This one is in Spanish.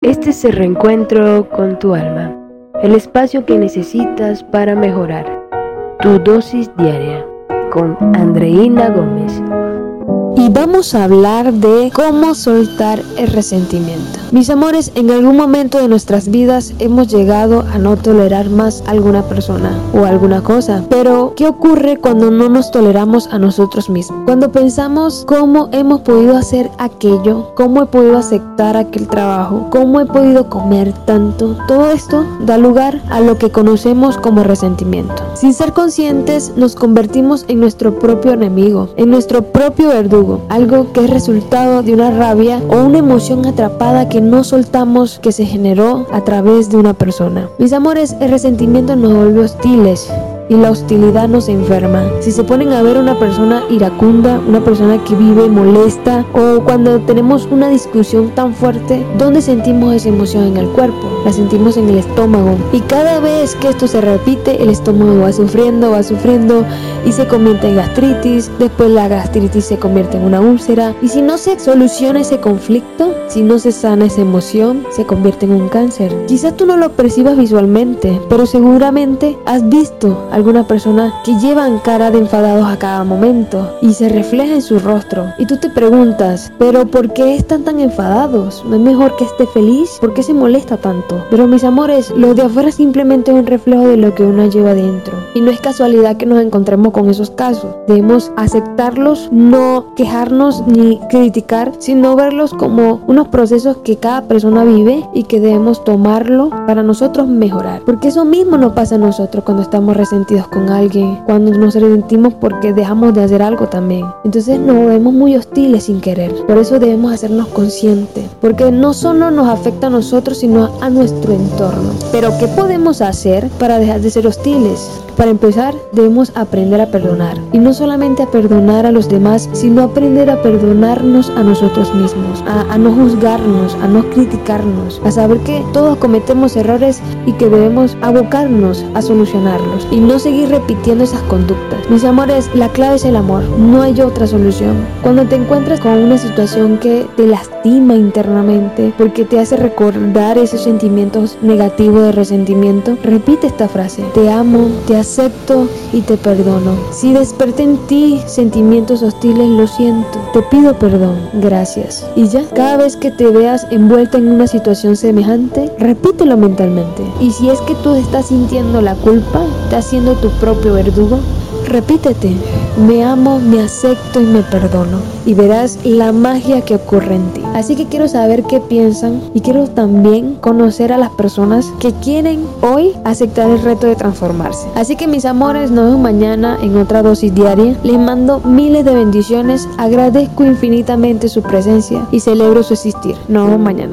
Este es el reencuentro con tu alma, el espacio que necesitas para mejorar. Tu dosis diaria con Andreina Gómez. Y vamos a hablar de cómo soltar el resentimiento. Mis amores, en algún momento de nuestras vidas hemos llegado a no tolerar más a alguna persona o alguna cosa. Pero, ¿qué ocurre cuando no nos toleramos a nosotros mismos? Cuando pensamos cómo hemos podido hacer aquello, cómo he podido aceptar aquel trabajo, cómo he podido comer tanto. Todo esto da lugar a lo que conocemos como resentimiento. Sin ser conscientes, nos convertimos en nuestro propio enemigo, en nuestro propio verdugo. Algo que es resultado de una rabia o una emoción atrapada que no soltamos, que se generó a través de una persona. Mis amores, el resentimiento nos vuelve hostiles y la hostilidad nos enferma. Si se ponen a ver una persona iracunda, una persona que vive molesta, o cuando tenemos una discusión tan fuerte, ¿dónde sentimos esa emoción en el cuerpo? La sentimos en el estómago, y cada vez que esto se repite, el estómago va sufriendo y se convierte en gastritis. Después la gastritis se convierte en una úlcera, y si no se soluciona ese conflicto, si no se sana esa emoción, se convierte en un cáncer. Quizás tú no lo percibas visualmente, pero seguramente has visto alguna persona que llevan cara de enfadados a cada momento y se refleja en su rostro, y tú te preguntas, pero ¿por qué están tan enfadados? ¿No es mejor que esté feliz? ¿Por qué se molesta tanto? Pero mis amores, lo de afuera simplemente es un reflejo de lo que uno lleva dentro, y no es casualidad que nos encontremos con esos casos. Debemos aceptarlos, no quejarnos ni criticar, sino verlos como unos procesos que cada persona vive y que debemos tomarlo para nosotros mejorar, porque eso mismo nos pasa a nosotros cuando estamos resentidos con alguien, cuando nos resentimos porque dejamos de hacer algo también. Entonces nos vemos muy hostiles sin querer. Por eso debemos hacernos conscientes, porque no solo nos afecta a nosotros, sino a nuestro entorno. Pero ¿qué podemos hacer para dejar de ser hostiles? Para empezar, debemos aprender a perdonar, y no solamente a perdonar a los demás, sino aprender a perdonarnos a nosotros mismos, a no juzgarnos, a no criticarnos, a saber que todos cometemos errores y que debemos abocarnos a solucionarlos y no seguir repitiendo esas conductas. Mis amores, la clave es el amor, no hay otra solución. Cuando te encuentras con una situación que te lastima internamente porque te hace recordar esos sentimientos negativos de resentimiento, repite esta frase: te amo, te acepto y te perdono. Si desperté en ti sentimientos hostiles, lo siento, te pido perdón, gracias. Y ya, cada vez que te veas envuelta en una situación semejante, repítelo mentalmente. Y si es que tú estás sintiendo la culpa, estás siendo tu propio verdugo, repítete: me amo, me acepto y me perdono, y verás la magia que ocurre en ti. Así que quiero saber qué piensan, y quiero también conocer a las personas que quieren hoy aceptar el reto de transformarse. Así que mis amores, nos vemos mañana en otra dosis diaria. Les mando miles de bendiciones, agradezco infinitamente su presencia y celebro su existir. Nos vemos mañana.